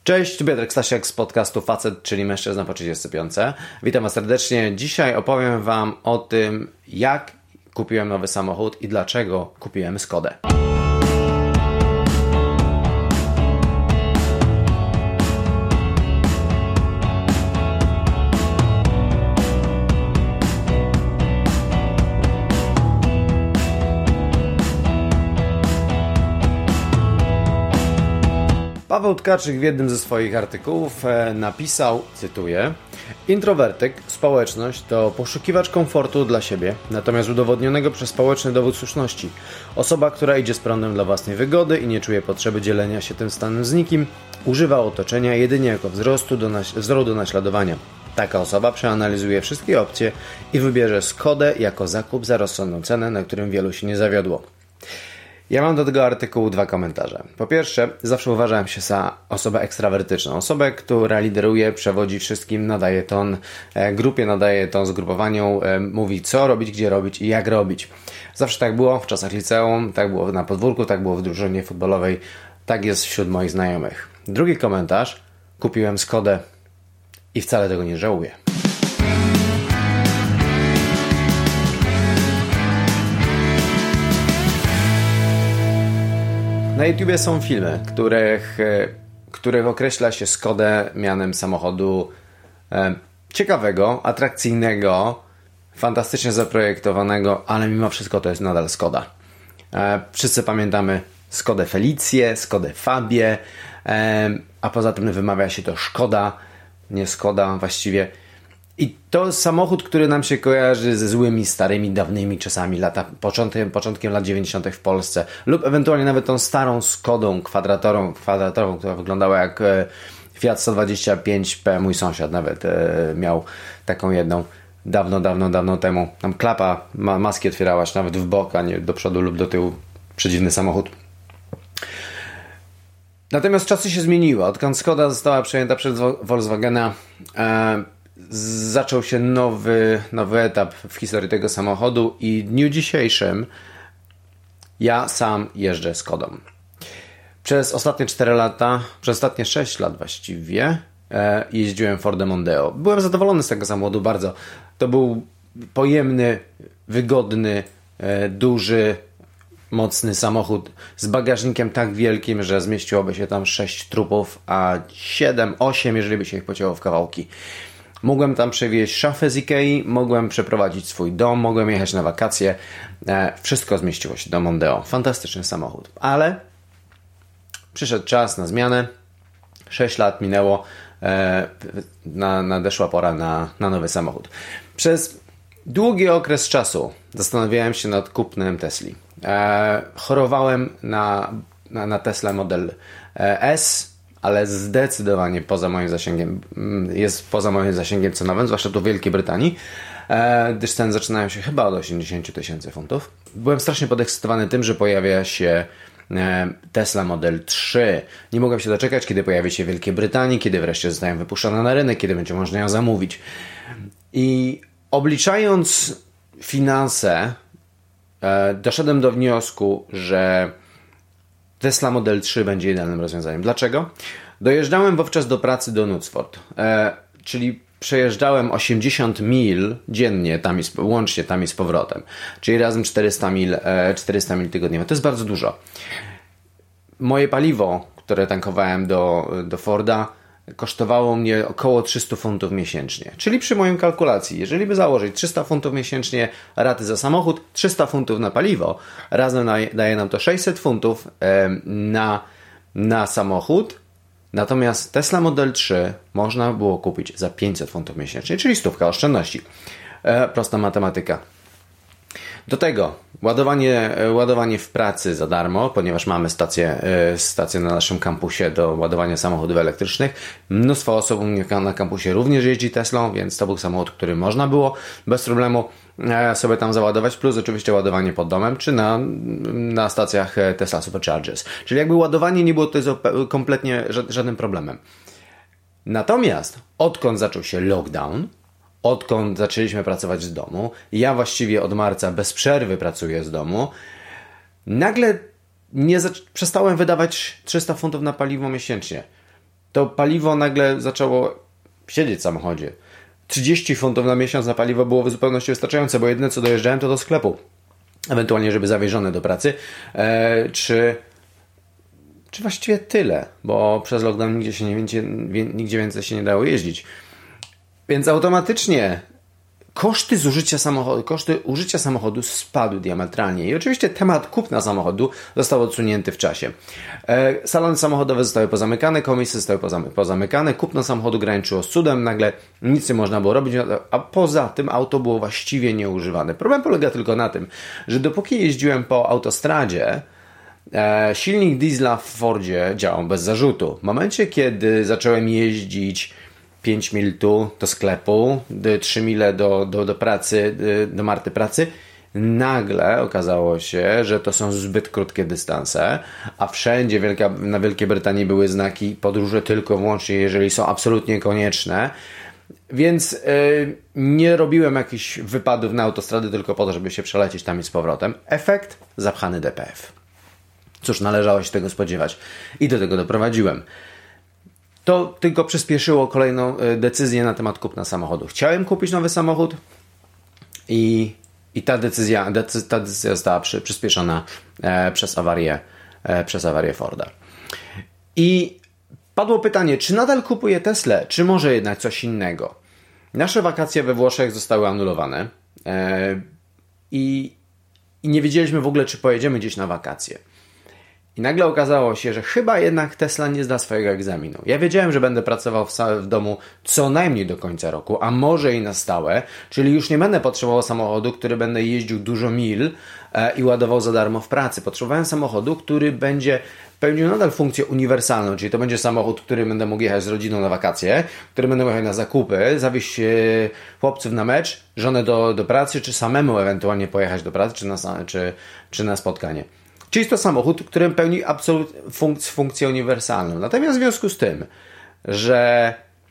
Cześć, tu Piotrek Stasiak z podcastu Facet, czyli Mężczyzna po 35. Witam Was serdecznie. Dzisiaj opowiem Wam o tym, jak kupiłem nowy samochód i dlaczego kupiłem Skodę. Paweł Tkaczyk w jednym ze swoich artykułów napisał, cytuję: introwertyk, społeczność to poszukiwacz komfortu dla siebie, natomiast udowodnionego przez społeczny dowód słuszności. Osoba, która idzie z prądem dla własnej wygody i nie czuje potrzeby dzielenia się tym stanem z nikim, używa otoczenia jedynie jako wzoru do naśladowania. Taka osoba przeanalizuje wszystkie opcje i wybierze Skodę jako zakup za rozsądną cenę, na którym wielu się nie zawiodło. Ja mam do tego artykułu dwa komentarze. Po pierwsze, zawsze uważałem się za osobę ekstrawertyczną. Osobę, która lideruje, przewodzi wszystkim, nadaje ton grupie, nadaje ton zgrupowaniu, mówi co robić, gdzie robić i jak robić. Zawsze tak było w czasach liceum, tak było na podwórku, tak było w drużynie futbolowej, tak jest wśród moich znajomych. Drugi komentarz. Kupiłem Skodę i wcale tego nie żałuję. Na YouTubie są filmy, których określa się Skodę mianem samochodu ciekawego, atrakcyjnego, fantastycznie zaprojektowanego, ale mimo wszystko to jest nadal Skoda. Wszyscy pamiętamy Skodę Felicję, Skodę Fabię, a poza tym wymawia się to Szkoda, nie Skoda właściwie. I to jest samochód, który nam się kojarzy ze złymi, starymi, dawnymi czasami, początkiem lat 90. w Polsce, lub ewentualnie nawet tą starą Skodą kwadratorą, która wyglądała jak Fiat 125P. Mój sąsiad nawet miał taką jedną dawno temu. Tam klapa, maski otwierałaś nawet w bok, a nie do przodu lub do tyłu. Przedziwny samochód. Natomiast czasy się zmieniły. Odkąd Skoda została przejęta przez Volkswagena, zaczął się nowy etap w historii tego samochodu i w dniu dzisiejszym ja sam jeżdżę Skodą. Przez ostatnie 4 lata, przez ostatnie 6 lat właściwie jeździłem Fordem Mondeo. Byłem zadowolony z tego samochodu bardzo. To był pojemny, wygodny, duży, mocny samochód z bagażnikiem tak wielkim, że zmieściłoby się tam 6 trupów, a 7, 8, jeżeli by się ich pocięło w kawałki. Mogłem tam przewieźć szafę z Ikei, mogłem przeprowadzić swój dom, mogłem jechać na wakacje. Wszystko zmieściło się do Mondeo. Fantastyczny samochód. Ale przyszedł czas na zmianę. 6 lat minęło. Nadeszła pora na nowy samochód. Przez długi okres czasu zastanawiałem się nad kupnem Tesli. Chorowałem na Tesla Model S, ale zdecydowanie poza moim zasięgiem. Jest poza moim zasięgiem cenowym, zwłaszcza tu w Wielkiej Brytanii, gdyż ceny zaczynają się chyba od 80 000 funtów. Byłem strasznie podekscytowany tym, że pojawia się Tesla Model 3. Nie mogłem się doczekać, kiedy pojawi się w Wielkiej Brytanii, kiedy wreszcie zostanie wypuszczona na rynek, kiedy będzie można ją zamówić. I obliczając finanse, doszedłem do wniosku, że Tesla Model 3 będzie idealnym rozwiązaniem. Dlaczego? Dojeżdżałem wówczas do pracy do Knutsford, czyli przejeżdżałem 80 mil dziennie, łącznie tam i z powrotem, czyli razem 400 mil tygodniowo. To jest bardzo dużo. Moje paliwo, które tankowałem do Forda, kosztowało mnie około 300 funtów miesięcznie. Czyli przy mojej kalkulacji, jeżeli by założyć 300 funtów miesięcznie raty za samochód, 300 funtów na paliwo, razem daje nam to 600 funtów na samochód. Natomiast Tesla Model 3 można było kupić za 500 funtów miesięcznie, czyli 100 oszczędności. Prosta matematyka. Do tego ładowanie w pracy za darmo, ponieważ mamy stację na naszym kampusie do ładowania samochodów elektrycznych. Mnóstwo osób u mnie na kampusie również jeździ Teslą, więc to był samochód, który można było bez problemu sobie tam załadować, plus oczywiście ładowanie pod domem, czy na stacjach Tesla Superchargers. Czyli jakby ładowanie nie było tutaj kompletnie żadnym problemem. Natomiast odkąd zaczął się lockdown, odkąd zaczęliśmy pracować z domu, ja właściwie od marca bez przerwy pracuję z domu, nagle przestałem wydawać 300 funtów na paliwo miesięcznie. to paliwo nagle zaczęło siedzieć w samochodzie. 30 funtów na miesiąc na paliwo było w zupełności wystarczające, bo jedyne co dojeżdżałem to do sklepu. Ewentualnie, żeby zawieźć żonę do pracy. Czy właściwie tyle, bo przez lockdown nigdzie więcej się nie dało jeździć. Więc automatycznie koszty użycia samochodu spadły diametralnie. I oczywiście temat kupna samochodu został odsunięty w czasie. Salony samochodowe zostały pozamykane, komisje zostały pozamykane, kupno samochodu graniczyło z cudem, nagle nic nie można było robić, a poza tym auto było właściwie nieużywane. Problem polega tylko na tym, że dopóki jeździłem po autostradzie, silnik diesla w Fordzie działał bez zarzutu. W momencie, kiedy zacząłem jeździć 5 mil tu do sklepu, 3 mile do pracy, do Marty pracy, nagle okazało się, że to są zbyt krótkie dystanse, a wszędzie na Wielkiej Brytanii były znaki podróże tylko wyłącznie, jeżeli są absolutnie konieczne. Więc nie robiłem jakichś wypadów na autostrady tylko po to, żeby się przelecieć tam i z powrotem. Efekt? Zapchany DPF. Cóż, należało się tego spodziewać. I do tego doprowadziłem. To tylko przyspieszyło kolejną decyzję na temat kupna samochodu. Chciałem kupić nowy samochód i ta decyzja została przyspieszona przez awarię Forda. I padło pytanie, czy nadal kupuję Teslę, czy może jednak coś innego? Nasze wakacje we Włoszech zostały anulowane i nie wiedzieliśmy w ogóle, czy pojedziemy gdzieś na wakacje. I nagle okazało się, że chyba jednak Tesla nie zda swojego egzaminu. Ja wiedziałem, że będę pracował w domu co najmniej do końca roku, a może i na stałe, czyli już nie będę potrzebował samochodu, który będę jeździł dużo mil i ładował za darmo w pracy. Potrzebowałem samochodu, który będzie pełnił nadal funkcję uniwersalną, czyli to będzie samochód, który będę mógł jechać z rodziną na wakacje, który będę mógł jechać na zakupy, zawieźć chłopców na mecz, żonę do pracy, czy samemu ewentualnie pojechać do pracy, czy na spotkanie. Czyli to samochód, który pełni absolutnie funkcję uniwersalną. Natomiast w związku z tym, że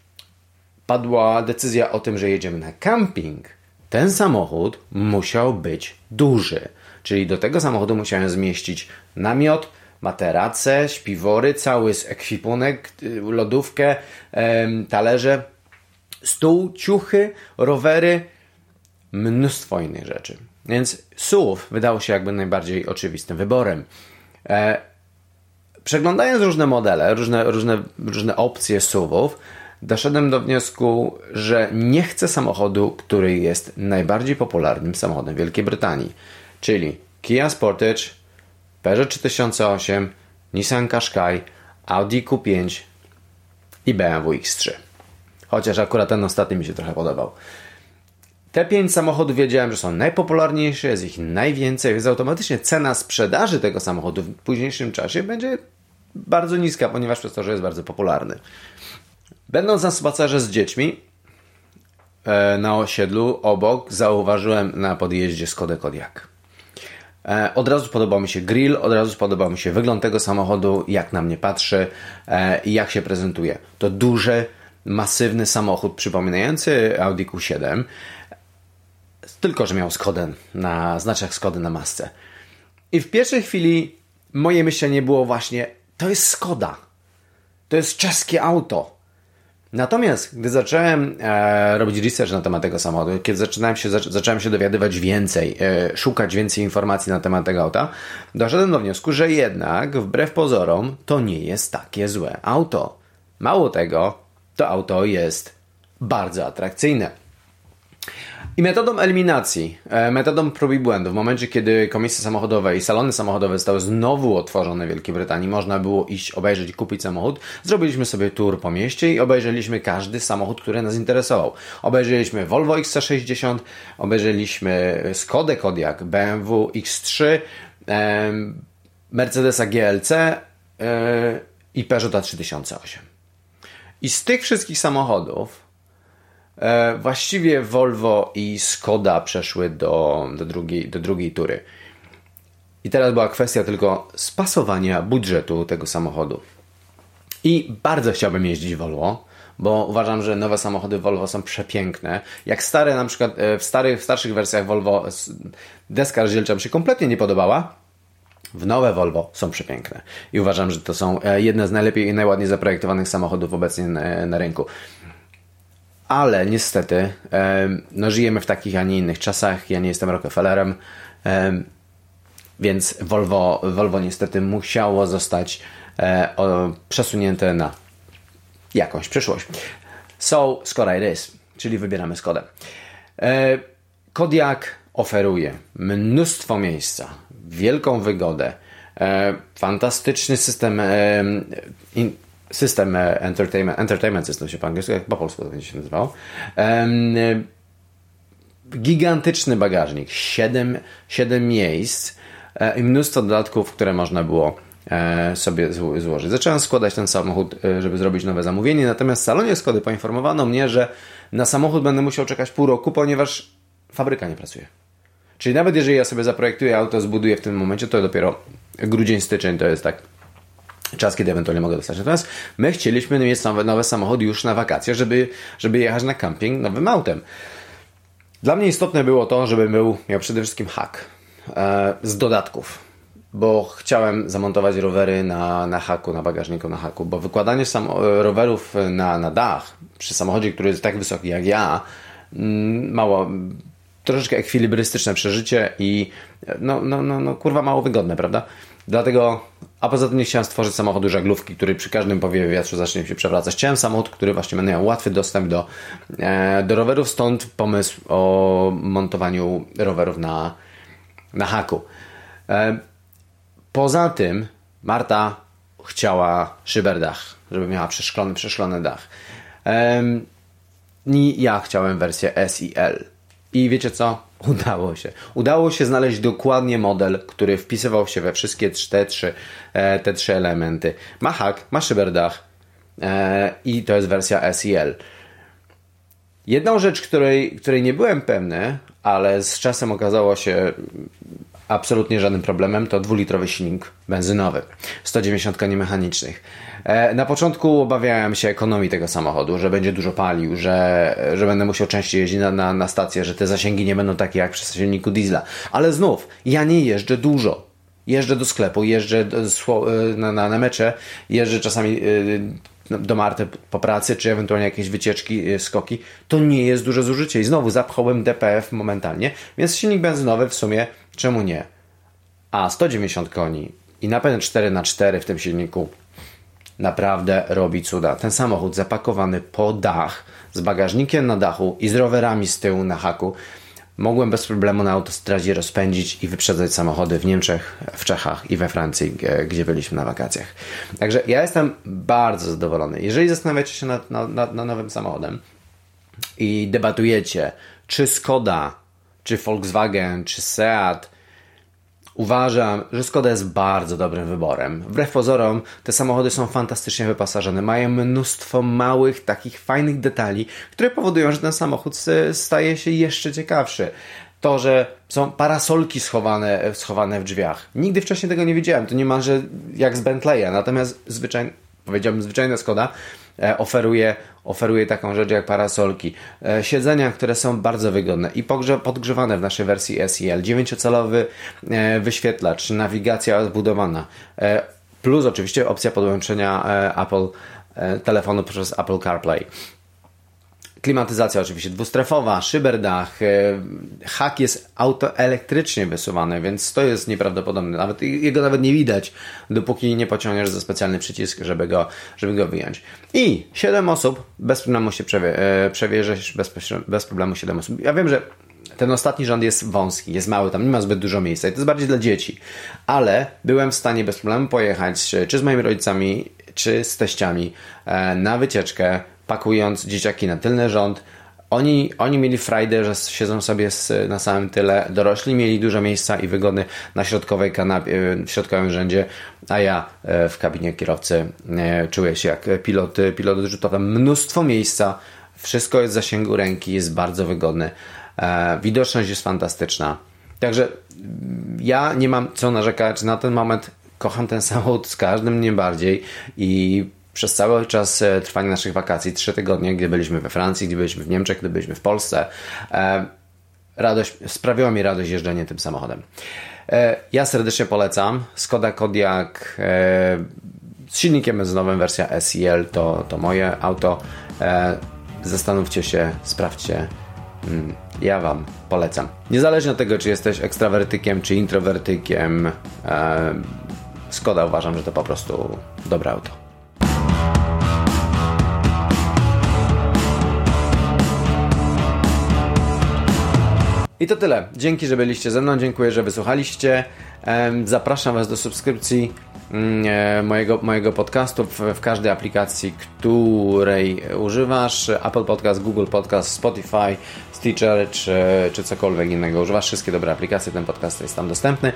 padła decyzja o tym, że jedziemy na camping, ten samochód musiał być duży. Czyli do tego samochodu musiałem zmieścić namiot, materacę, śpiwory, cały ekwipunek, lodówkę, talerze, stół, ciuchy, rowery, mnóstwo innych rzeczy. Więc SUV wydało się jakby najbardziej oczywistym wyborem. Przeglądając różne modele, różne opcje SUV-ów, doszedłem do wniosku, że nie chcę samochodu, który jest najbardziej popularnym samochodem Wielkiej Brytanii. Czyli Kia Sportage, Peugeot 3008, Nissan Qashqai, Audi Q5 i BMW X3. Chociaż akurat ten ostatni mi się trochę podobał. Te 5 samochodów wiedziałem, że są najpopularniejsze, jest ich najwięcej, więc automatycznie cena sprzedaży tego samochodu w późniejszym czasie będzie bardzo niska, ponieważ przez to, że jest bardzo popularny. Będąc na spacerze z dziećmi na osiedlu obok, zauważyłem na podjeździe Skodę Kodiaq. Od razu podobał mi się grill, od razu podobał mi się wygląd tego samochodu, jak na mnie patrzy i jak się prezentuje. To duży, masywny samochód przypominający Audi Q7, tylko że miał Skodę znaczek Skody na masce. I w pierwszej chwili moje myślenie było właśnie, to jest Skoda. To jest czeskie auto. Natomiast gdy zacząłem robić research na temat tego samochodu, kiedy zacząłem się dowiadywać więcej, szukać więcej informacji na temat tego auta, doszedłem do wniosku, że jednak wbrew pozorom to nie jest takie złe auto. Mało tego, to auto jest bardzo atrakcyjne. I metodą eliminacji, metodą prób i błędów, w momencie kiedy komisje samochodowe i salony samochodowe zostały znowu otworzone w Wielkiej Brytanii, można było iść, obejrzeć i kupić samochód, zrobiliśmy sobie tour po mieście i obejrzeliśmy każdy samochód, który nas interesował. Obejrzeliśmy Volvo XC60, obejrzeliśmy Skodę Kodiaq, BMW X3, Mercedesa GLC i Peugeota 3008. I z tych wszystkich samochodów właściwie Volvo i Skoda przeszły do drugiej tury. I teraz była kwestia tylko spasowania budżetu tego samochodu. I bardzo chciałbym jeździć Volvo, bo uważam, że nowe samochody Volvo są przepiękne. Jak stare, na przykład w starszych wersjach Volvo deska rozdzielcza mi się kompletnie nie podobała. w nowe Volvo są przepiękne. I uważam, że to są jedne z najlepiej i najładniej zaprojektowanych samochodów obecnie na rynku. Ale niestety no żyjemy w takich, a nie innych czasach. Ja nie jestem Rockefellerem, więc Volvo niestety musiało zostać przesunięte na jakąś przyszłość. So, Skoda it is, czyli wybieramy Skodę. Kodiaq oferuje mnóstwo miejsca, wielką wygodę, fantastyczny system entertainment system się po angielsku, jak po polsku to będzie się nazywał. Gigantyczny bagażnik, 7 miejsc i mnóstwo dodatków, które można było sobie złożyć. Zacząłem składać ten samochód, żeby zrobić nowe zamówienie, natomiast w salonie Skody poinformowano mnie, że na samochód będę musiał czekać pół roku, ponieważ fabryka nie pracuje. Czyli nawet jeżeli ja sobie zaprojektuję auto, zbuduję w tym momencie, to dopiero grudzień, styczeń to jest tak czas, kiedy ewentualnie mogę dostać. Natomiast my chcieliśmy mieć nowy samochód już na wakacje, żeby jechać na camping nowym autem. Dla mnie istotne było to, żeby miał przede wszystkim hak z dodatków, bo chciałem zamontować rowery na haku, na bagażniku na haku, bo wykładanie rowerów na dach przy samochodzie, który jest tak wysoki jak ja, troszeczkę ekwilibrystyczne przeżycie i kurwa mało wygodne, prawda? Dlatego, a poza tym nie chciałem stworzyć samochodu żaglówki, który przy każdym powiewie wiatru zacznie się przewracać. Chciałem samochód, który właśnie będzie miał łatwy dostęp do rowerów, stąd pomysł o montowaniu rowerów na haku. Poza tym Marta chciała szyberdach, żeby miała przeszklony dach. I ja chciałem wersję S i L. I wiecie co? Udało się. Udało się znaleźć dokładnie model, który wpisywał się we wszystkie te trzy elementy. Ma hak, ma szyberdach i to jest wersja S i L. Jedną rzecz, której nie byłem pewny, ale z czasem okazało się absolutnie żadnym problemem, to 2-litrowy silnik benzynowy, 190 koni mechanicznych. Na początku obawiałem się ekonomii tego samochodu, że będzie dużo palił, że będę musiał częściej jeździć na stację, że te zasięgi nie będą takie jak przy silniku diesla. Ale znów, ja nie jeżdżę dużo. Jeżdżę do sklepu, jeżdżę na mecze, jeżdżę czasami do Marty po pracy, czy ewentualnie jakieś wycieczki, skoki. To nie jest duże zużycie. I znowu zapchałem DPF momentalnie, więc silnik benzynowy w sumie czemu nie? A 190 koni i napęd 4x4 w tym silniku naprawdę robi cuda. Ten samochód zapakowany po dach, z bagażnikiem na dachu i z rowerami z tyłu na haku, mogłem bez problemu na autostradzie rozpędzić i wyprzedzać samochody w Niemczech, w Czechach i we Francji, gdzie byliśmy na wakacjach. Także ja jestem bardzo zadowolony. Jeżeli zastanawiacie się nad nowym samochodem i debatujecie, czy Skoda, czy Volkswagen, czy Seat, uważam, że Skoda jest bardzo dobrym wyborem. Wbrew pozorom, te samochody są fantastycznie wyposażone. Mają mnóstwo małych, takich fajnych detali, które powodują, że ten samochód staje się jeszcze ciekawszy. To, że są parasolki schowane w drzwiach. Nigdy wcześniej tego nie widziałem. To niemalże jak z Bentleya. Natomiast zwyczajna Skoda oferuje taką rzecz jak parasolki. Siedzenia, które są bardzo wygodne i podgrzewane w naszej wersji SEL. 9-calowy wyświetlacz, nawigacja zbudowana. Plus oczywiście opcja podłączenia telefonu przez Apple CarPlay. Klimatyzacja oczywiście dwustrefowa, szyberdach, hak jest autoelektrycznie wysuwany, więc to jest nieprawdopodobne. Jego nawet nie widać, dopóki nie pociągniesz za specjalny przycisk, żeby go wyjąć. I 7 osób bez problemu się przewieziesz, bez problemu 7 osób. Ja wiem, że ten ostatni rząd jest wąski, jest mały, tam nie ma zbyt dużo miejsca i to jest bardziej dla dzieci. Ale byłem w stanie bez problemu pojechać czy z moimi rodzicami, czy z teściami na wycieczkę, pakując dzieciaki na tylny rząd. Oni mieli frajdę, że siedzą sobie na samym tyle. Dorośli mieli dużo miejsca i wygody na środkowej kanapie, w środkowym rzędzie, a ja w kabinie kierowcy czuję się jak pilot odrzutowy. Mnóstwo miejsca, wszystko jest w zasięgu ręki, jest bardzo wygodny. Widoczność jest fantastyczna. Także ja nie mam co narzekać. Na ten moment kocham ten samochód z każdym dniem bardziej i przez cały czas trwania naszych wakacji, 3 tygodnie, gdy byliśmy we Francji, gdy byliśmy w Niemczech, gdy byliśmy w Polsce, sprawiło mi radość jeżdżenie tym samochodem. Ja serdecznie polecam. Skoda Kodiaq z silnikiem benzynowym, wersja SEL to moje auto. Zastanówcie się, sprawdźcie. Ja Wam polecam. Niezależnie od tego, czy jesteś ekstrawertykiem, czy introwertykiem, Skoda uważam, że to po prostu dobre auto. I to tyle. Dzięki, że byliście ze mną. Dziękuję, że wysłuchaliście. Zapraszam Was do subskrypcji mojego podcastu w każdej aplikacji, której używasz. Apple Podcast, Google Podcast, Spotify, Stitcher czy cokolwiek innego używasz. Wszystkie dobre aplikacje, ten podcast jest tam dostępny.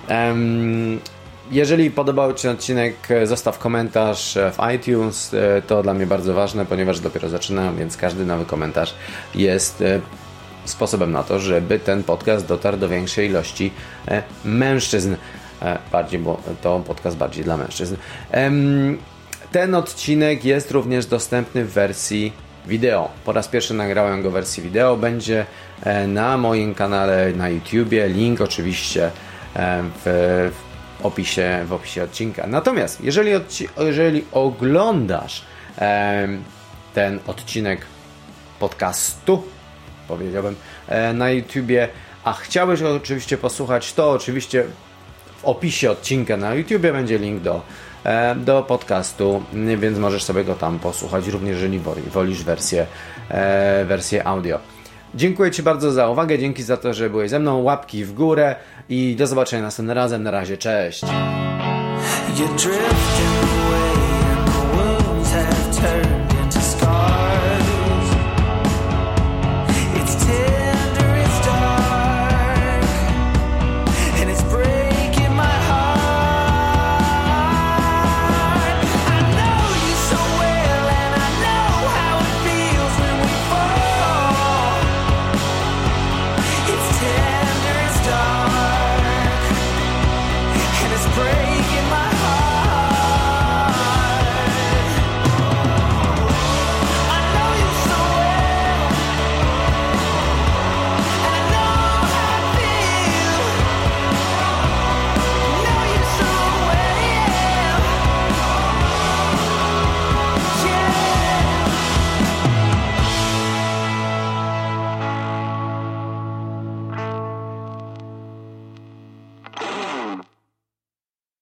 Jeżeli podobał Ci się odcinek, zostaw komentarz w iTunes. To dla mnie bardzo ważne, ponieważ dopiero zaczynam, więc każdy nowy komentarz jest sposobem na to, żeby ten podcast dotarł do większej ilości mężczyzn. Bardziej, bo to podcast bardziej dla mężczyzn. Ten odcinek jest również dostępny w wersji wideo. Po raz pierwszy nagrałem go w wersji wideo. Będzie na moim kanale na YouTubie. Link oczywiście w opisie odcinka. Natomiast jeżeli oglądasz ten odcinek podcastu, powiedziałbym, na YouTubie, a chciałeś oczywiście posłuchać, to oczywiście w opisie odcinka na YouTubie będzie link do podcastu, więc możesz sobie go tam posłuchać, również jeżeli wolisz wersję audio. Dziękuję Ci bardzo za uwagę, dzięki za to, że byłeś ze mną, łapki w górę i do zobaczenia następnym razem. Na razie, cześć! Break